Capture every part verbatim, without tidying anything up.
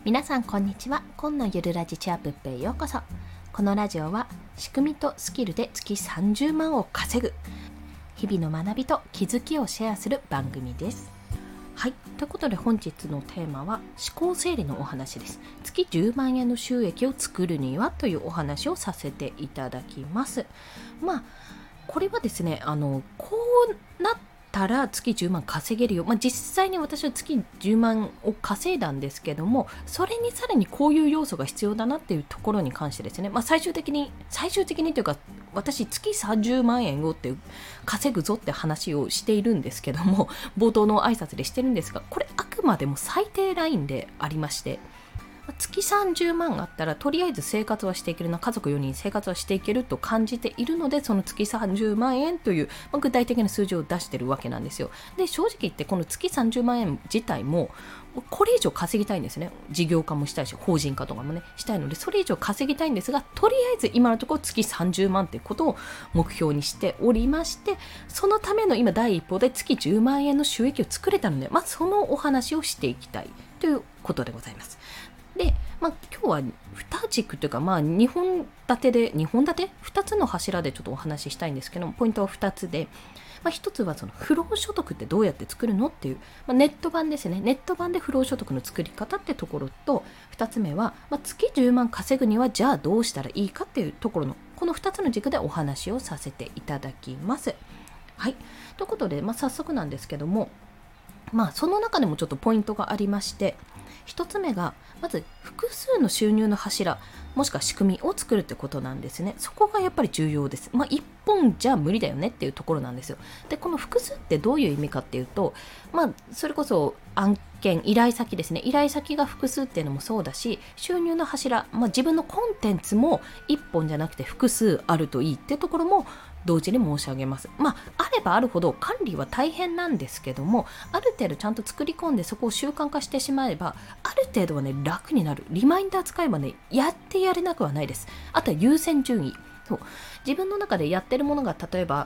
皆さんこんにちは。今のゆるラジチアップへようこそ。このラジオは仕組みとスキルで月さんじゅうまんを稼ぐ日々の学びと気づきをシェアする番組です。はい、ということで本日のテーマは思考整理のお話です。月じゅうまんえんの収益を作るにはというお話をさせていただきます。まあこれはですね、あのこうなったら月じゅうまん稼げるよ、まあ、実際に私は月じゅうまんを稼いだんですけども、それにさらにこういう要素が必要だなっていうところに関してですね、まあ、最終的に最終的にというか私月さんじゅうまんえんをって稼ぐぞって話をしているんですけども、冒頭の挨拶でしてるんですが、これあくまでも最低ラインでありまして、月さんじゅうまんあったらとりあえず生活はしていけるな、家族よにん生活はしていけると感じているので、その月さんじゅうまんえんという、まあ、具体的な数字を出しているわけなんですよ。で、正直言ってこの月さんじゅうまんえん自体もこれ以上稼ぎたいんですね。事業化もしたいし法人化とかもねしたいので、それ以上稼ぎたいんですが、とりあえず今のところ月さんじゅうまんということを目標にしておりまして、そのための今第一歩で月じゅうまんえんの収益を作れたので、まあ、そのお話をしていきたいということでございます。で、まあ、今日はに軸というか、まあ、にほん立てでにほん立てふたつの柱でちょっとお話ししたいんですけども、ポイントはふたつで、まあ、ひとつはその不労所得ってどうやって作るのっていう、まあ、ネット版ですね。ネット版で不労所得の作り方ってところと、ふたつめは、まあ、月じゅうまん稼ぐにはじゃあどうしたらいいかっていうところの、このふたつの軸でお話をさせていただきます。はい、ということで、まあ、早速なんですけども、まあ、その中でもちょっとポイントがありまして、ひとつめがまず複数の収入の柱もしくは仕組みを作るってことなんですね。そこがやっぱり重要です。まあいっぽんじゃ無理だよねっていうところなんですよ。で、この複数ってどういう意味かっていうと、まあそれこそ案件依頼先ですね。依頼先が複数っていうのもそうだし、収入の柱、まあ自分のコンテンツもいっぽんじゃなくて複数あるといいってところも同時に申し上げます。まああればあるほど管理は大変なんですけども、ある程度ちゃんと作り込んでそこを習慣化してしまえば、ある程度はね楽になる。リマインダー使えばねやってやれなくはないです。あとは優先順位。そう自分の中でやってるものが、例えば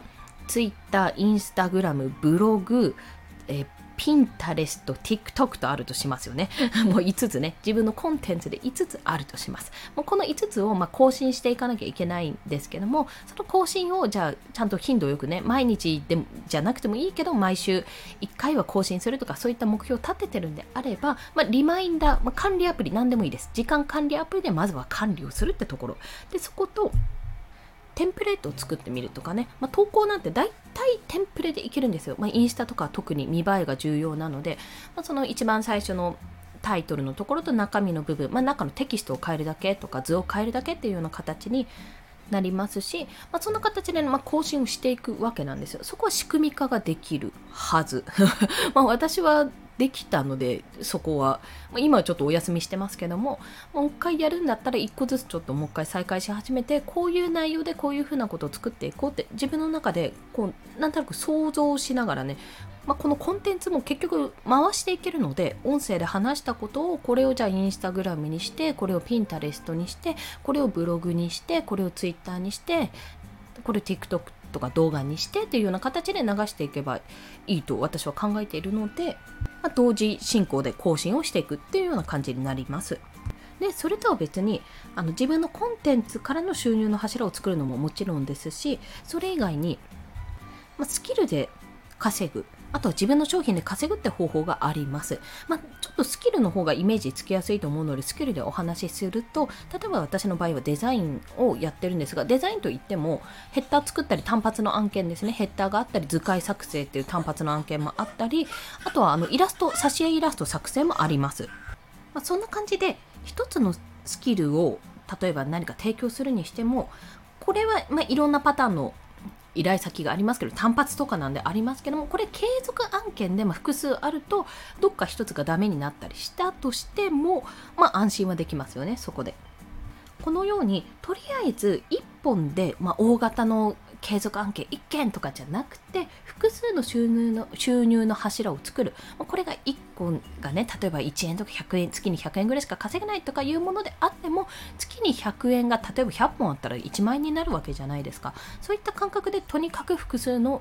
Twitter、Instagram、ブログ、えーピンタレスト、TikTok とあるとしますよね。もういつつね、自分のコンテンツでいつつあるとします。もうこのいつつをまあ更新していかなきゃいけないんですけども、その更新をじゃあちゃんと頻度よくね、毎日でもじゃなくてもいいけど毎週いっかいは更新するとか、そういった目標を立ててるんであれば、まあ、リマインダー、まあ、管理アプリ何でもいいです。時間管理アプリでまずは管理をするってところで、そことテンプレートを作ってみるとかね、まあ、投稿なんて大体テンプレでいけるんですよ。まあ、インスタとかは特に見栄えが重要なので、まあ、その一番最初のタイトルのところと中身の部分、まあ、中のテキストを変えるだけとか図を変えるだけっていうような形になりますし、まあ、そんな形で、まあ、更新をしていくわけなんですよ。そこは仕組み化ができるはず。まあ私はできたので、そこは今はちょっとお休みしてますけども、もう一回やるんだったら一個ずつちょっともう一回再開し始めて、こういう内容でこういうふうなことを作っていこうって自分の中でこうなんとなく想像しながらね、まあ、このコンテンツも結局回していけるので、音声で話したことをこれをじゃあインスタグラムにして、これをピンタレストにして、これをブログにして、これをツイッターにして、これ TikTok とか動画にしてっていうような形で流していけばいいと私は考えているので、まあ、同時進行で更新をしていくっていうような感じになります。で、それとは別にあの自分のコンテンツからの収入の柱を作るのももちろんですし、それ以外に、まあ、スキルで稼ぐ、あとは自分の商品で稼ぐって方法があります。まあ、ちょっとスキルの方がイメージつきやすいと思うので、スキルでお話しすると、例えば私の場合はデザインをやってるんですが、デザインといってもヘッダー作ったり単発の案件ですね、ヘッダーがあったり図解作成っていう単発の案件もあったり、あとはあのイラスト、挿絵イラスト作成もあります。まあ、そんな感じで一つのスキルを例えば何か提供するにしても、これはまあいろんなパターンの依頼先がありますけど、単発とかなんでありますけども、これ継続案件でも複数あるとどっか一つがダメになったりしたとしても、まあ安心はできますよね。そこでこのようにとりあえずいっぽんで、まあ、大型の継続案件いっけんとかじゃなくて、複数の収入の収入の柱を作る。これがいっこがね、例えばいちえんとかひゃくえん、月にひゃくえんぐらいしか稼げないとかいうものであっても、月にひゃくえんが例えばひゃっぽんあったらいちまんえんになるわけじゃないですか。そういった感覚でとにかく複数の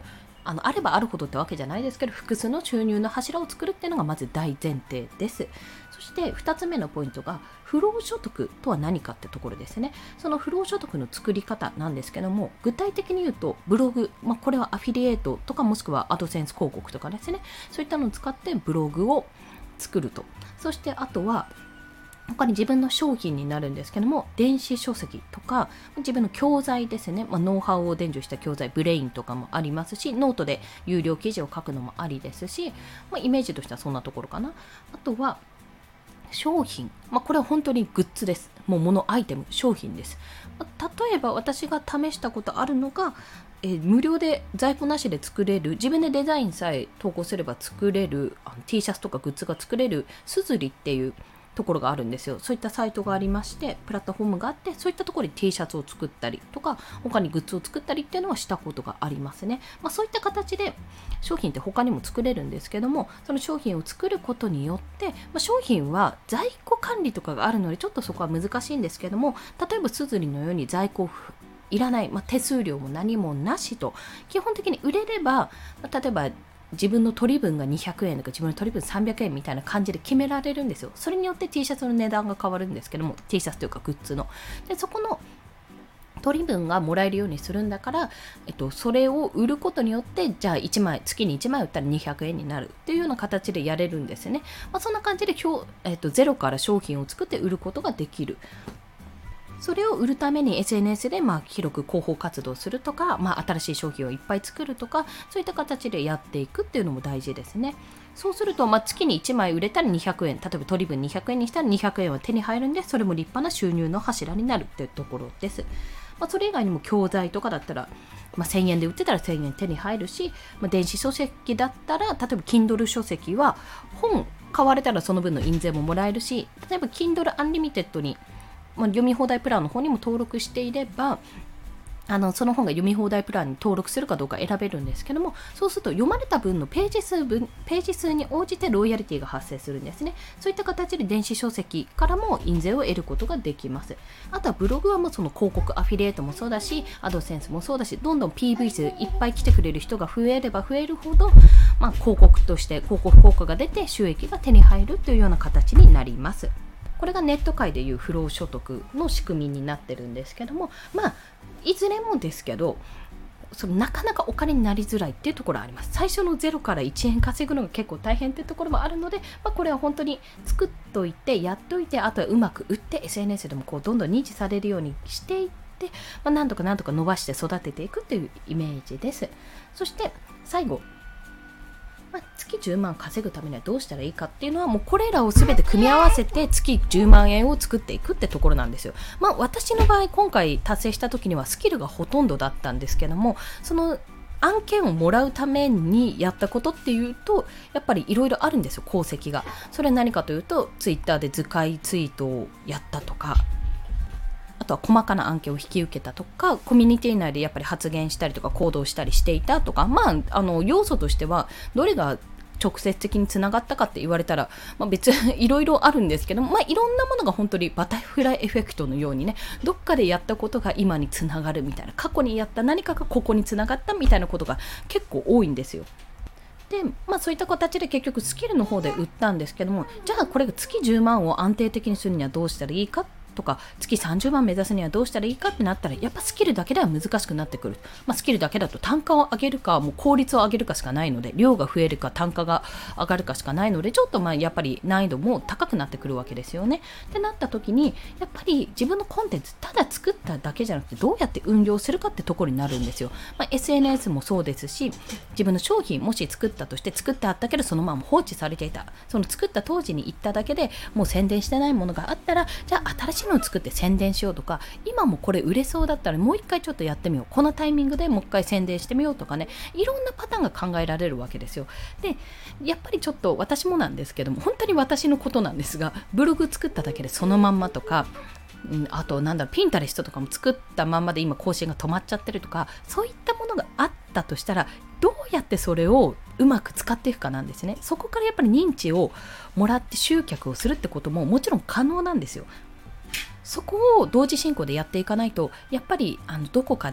あのあればあるほどってわけじゃないですけど、複数の収入の柱を作るっていうのがまず大前提です。そしてふたつめのポイントが不労所得とは何かってところですね。その不労所得の作り方なんですけども、具体的に言うとブログ、まあ、これはアフィリエイトとかもしくはアドセンス広告とかですね、そういったのを使ってブログを作ると。そしてあとは他に自分の商品になるんですけども、電子書籍とか自分の教材ですね、まあ、ノウハウを伝授した教材、ブレインとかもありますし、ノートで有料記事を書くのもありですし、まあ、イメージとしてはそんなところかな。あとは商品、まあ、これは本当にグッズです。もう物、アイテム、商品です。まあ、例えば私が試したことあるのが、えー、無料で在庫なしで作れる、自分でデザインさえ投稿すれば作れるあの T シャツとかグッズが作れるすずりっていうところがあるんですよ。そういったサイトがありまして、プラットフォームがあって、そういったところで T シャツを作ったりとか、他にグッズを作ったりっていうのはしたことがありますね。まあ、そういった形で商品って他にも作れるんですけども、その商品を作ることによって、まあ、商品は在庫管理とかがあるのでちょっとそこは難しいんですけども、例えばすずりのように在庫いらない、まあ、手数料も何もなしと、基本的に売れれば、まあ、例えば自分の取り分がにひゃくえんとか自分の取り分さんびゃくえんみたいな感じで決められるんですよ。それによって T シャツの値段が変わるんですけども、 T シャツというかグッズので、そこの取り分がもらえるようにするんだから、えっと、それを売ることによってじゃあいちまい、月にいちまい売ったらにひゃくえんになるっていうような形でやれるんですよね。まあ、そんな感じで、えっと、ゼロから商品を作って売ることができる。それを売るために エスエヌエス でまあ広く広報活動するとか、まあ、新しい商品をいっぱい作るとか、そういった形でやっていくっていうのも大事ですね。そうすると、まあ、月にいちまい売れたらにひゃくえん、例えば取り分にひゃくえんにしたらにひゃくえんは手に入るんで、それも立派な収入の柱になるっていうところです。まあ、それ以外にも教材とかだったら、まあ、せんえんで売ってたらせんえん手に入るし、まあ、電子書籍だったら、例えば Kindle 書籍は本買われたらその分の印税ももらえるし、例えば Kindle Unlimited にまあ、読み放題プランの方にも登録していれば、あのその本が読み放題プランに登録するかどうか選べるんですけども、そうすると読まれた分のページ数分ページ数に応じてロイヤリティが発生するんですね。そういった形で電子書籍からも印税を得ることができます。あとはブログはもうその広告アフィリエイトもそうだし、アドセンスもそうだし、どんどん ピーブイ 数いっぱい来てくれる人が増えれば増えるほど、まあ、広告として広告効果が出て収益が手に入るというような形になります。これがネット界でいう不労所得の仕組みになってるんですけども、まあいずれもですけど、そのなかなかお金になりづらいっていうところがあります。最初のゼロからいちえん稼ぐのが結構大変っていうところもあるので、まあ、これは本当に作っといてやっといて、あとはうまく売って エスエヌエス でもこうどんどん認知されるようにしていって、まあ、なんとかなんとか伸ばして育てていくっていうイメージです。そして最後、まあ、月じゅうまん稼ぐためにはどうしたらいいかっていうのは、もうこれらを全て組み合わせて月じゅうまんえんを作っていくってところなんですよ。まあ、私の場合今回達成した時にはスキルがほとんどだったんですけども、その案件をもらうためにやったことっていうと、やっぱりいろいろあるんですよ、功績が。それは何かというと、ツイッターで図解ツイートをやったとか、あとは細かな案件を引き受けたとか、コミュニティ内でやっぱり発言したりとか行動したりしていたとか、まあ、あの要素としてはどれが直接的につながったかって言われたら、まあ、別にいろいろあるんですけど、まあ、いろんなものが本当にバタフライエフェクトのようにね、どっかでやったことが今につながるみたいな、過去にやった何かがここにつながったみたいなことが結構多いんですよ。で、まあ、そういった形で結局スキルの方で売ったんですけども、じゃあこれが月じゅうまんを安定的にするにはどうしたらいいかとか、月さんじゅうまん目指すにはどうしたらいいかってなったら、やっぱスキルだけでは難しくなってくる。まあ、スキルだけだと単価を上げるか、もう効率を上げるかしかないので、量が増えるか単価が上がるかしかないので、ちょっとまあやっぱり難易度も高くなってくるわけですよね。ってなった時に、やっぱり自分のコンテンツただ作っただけじゃなくて、どうやって運用するかってところになるんですよ。まあ、エスエヌエス もそうですし、自分の商品もし作ったとして、作ってあったけどそのまま放置されていた、その作った当時に言っただけでもう宣伝してないものがあったら、じゃあ新しいのを作って宣伝しようとか、今もこれ売れそうだったらもう一回ちょっとやってみよう、このタイミングでもう一回宣伝してみようとかね、いろんなパターンが考えられるわけですよ。で、やっぱりちょっと私もなんですけども、本当に私のことなんですが、ブログ作っただけでそのまんまとか、うん、あとなんだろう、ピンタレストとかも作ったまんまで今更新が止まっちゃってるとか、そういったものがあったとしたら、どうやってそれをうまく使っていくかなんですね。そこからやっぱり認知をもらって集客をするってことももちろん可能なんですよ。そこを同時進行でやっていかないと、やっぱりあのどこかで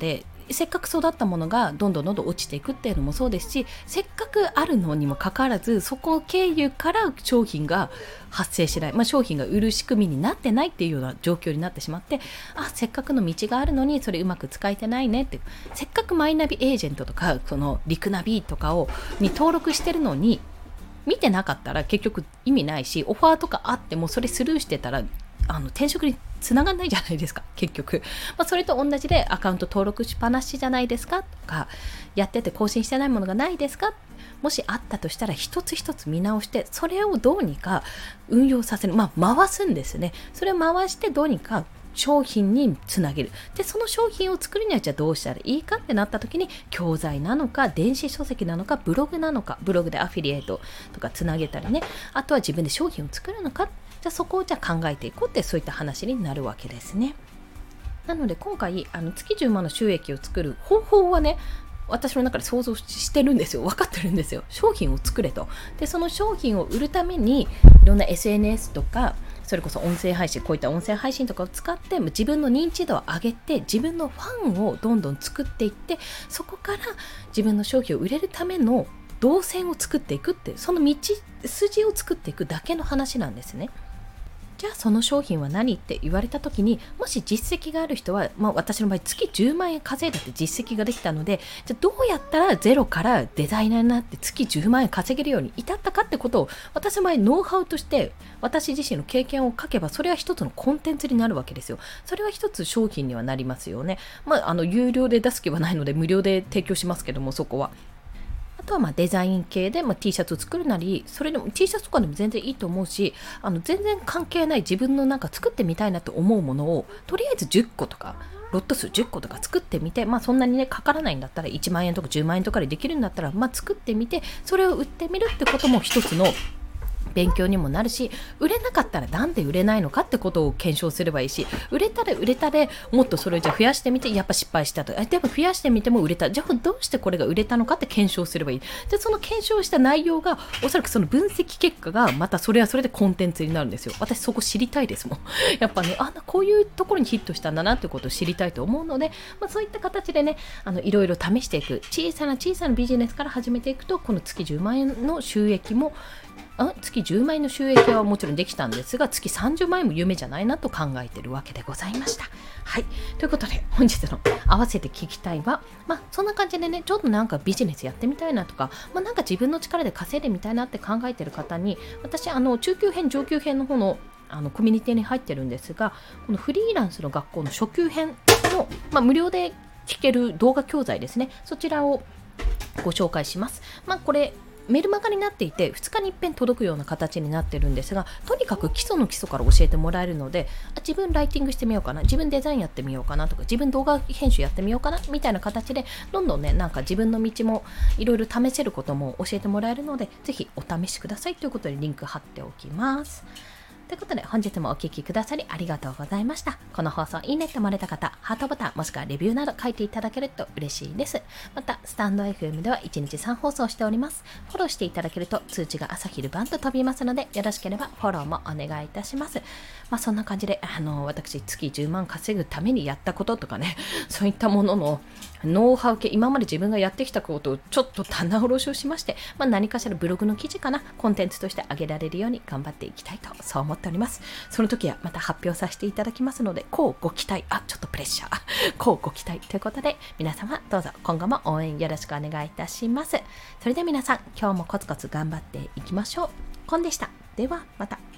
せっかく育ったものがどんどんどんどん落ちていくっていうのもそうですし、せっかくあるのにもかかわらずそこ経由から商品が発生しない、まあ、商品が売る仕組みになってないっていうような状況になってしまって、あ、せっかくの道があるのにそれうまく使えてないねって、せっかくマイナビエージェントとかそのリクナビとかをに登録してるのに見てなかったら結局意味ないし、オファーとかあってもそれスルーしてたらあの転職につながんないじゃないですか結局、まあ、それと同じでアカウント登録しっぱなしじゃないですかとか、やってて更新してないものがないですか、もしあったとしたら一つ一つ見直してそれをどうにか運用させる、まあ回すんですね。それを回してどうにか商品につなげる。でその商品を作るにはじゃあどうしたらいいかってなった時に、教材なのか電子書籍なのかブログなのか、ブログでアフィリエイトとかつなげたりね、あとは自分で商品を作るのか、じゃあそこをじゃあ考えていこうって、そういった話になるわけですね。なので今回あの月じゅうまんの収益を作る方法はね、私の中で想像してるんですよ。分かってるんですよ。商品を作れと。でその商品を売るためにいろんな エスエヌエス とか、それこそ音声配信、こういった音声配信とかを使って自分の認知度を上げて、自分のファンをどんどん作っていって、そこから自分の商品を売れるための動線を作っていくって、その道筋を作っていくだけの話なんですね。じゃあその商品は何って言われた時に、もし実績がある人は、まあ、私の場合月じゅうまんえん稼いだって実績ができたので、じゃあどうやったらゼロからデザイナーになって月じゅうまんえん稼げるように至ったかってことを、私の場合ノウハウとして私自身の経験を書けば、それは一つのコンテンツになるわけですよ。それは一つ商品にはなりますよね。まあ、あの有料で出す気はないので無料で提供しますけども、そこはあとはまあデザイン系でまあ T シャツを作るなり、それでも T シャツとかでも全然いいと思うし、あの全然関係ない自分のなんか作ってみたいなと思うものをとりあえずじゅっことかロット数じゅっことか作ってみて、まあそんなにねかからないんだったらいちまんえんとかじゅうまんえんとかでできるんだったら、まあ作ってみてそれを売ってみるってことも一つの勉強にもなるし、売れなかったらなんで売れないのかってことを検証すればいいし、売れたら売れたでもっとそれをじゃあ増やしてみて、やっぱ失敗したと、でも増やしてみても売れた、じゃあどうしてこれが売れたのかって検証すればいい。でその検証した内容がおそらくその分析結果がまたそれはそれでコンテンツになるんですよ。私そこ知りたいですもんやっぱね、あこういうところにヒットしたんだなってことを知りたいと思うので、まあ、そういった形でね、あのいろいろ試していく、小さな小さなビジネスから始めていくと、この月じゅうまんえんの収益もあ月じゅうまんえんの収益はもちろんできたんですが、月さんじゅうまんえんも夢じゃないなと考えているわけでございました。はい、ということで本日の合わせて聞きたいは、まあ、そんな感じでね、ちょっとなんかビジネスやってみたいなとか、まあ、なんか自分の力で稼いでみたいなって考えている方に、私あの中級編上級編の方のあのコミュニティに入ってるんですが、このフリーランスの学校の初級編の、まあ、無料で聞ける動画教材ですね、そちらをご紹介します。まあ、これメルマガになっていてふつかに一遍届くような形になってるんですが、とにかく基礎の基礎から教えてもらえるので、あ自分ライティングしてみようかな、自分デザインやってみようかなとか、自分動画編集やってみようかなみたいな形で、どんどんね、なんか自分の道もいろいろ試せることも教えてもらえるので、ぜひお試しくださいということでリンク貼っておきます。ということで本日もお聞きくださりありがとうございました。この放送いいねって思われた方、ハートボタンもしくはレビューなど書いていただけると嬉しいです。またスタンド エフエム ではいちにちさん放送しております。フォローしていただけると通知が朝昼晩と飛びますので、よろしければフォローもお願いいたします。まあそんな感じで、あの私月じゅうまん稼ぐためにやったこととかね、そういったもののノウハウ系、今まで自分がやってきたことをちょっと棚卸しをしまして、まあ、何かしらブログの記事かな、コンテンツとして上げられるように頑張っていきたいとそう思っております。その時はまた発表させていただきますので、こうご期待、あちょっとプレッシャーこうご期待ということで、皆様どうぞ今後も応援よろしくお願いいたします。それでは皆さん、今日もコツコツ頑張っていきましょう。コンでした。ではまた。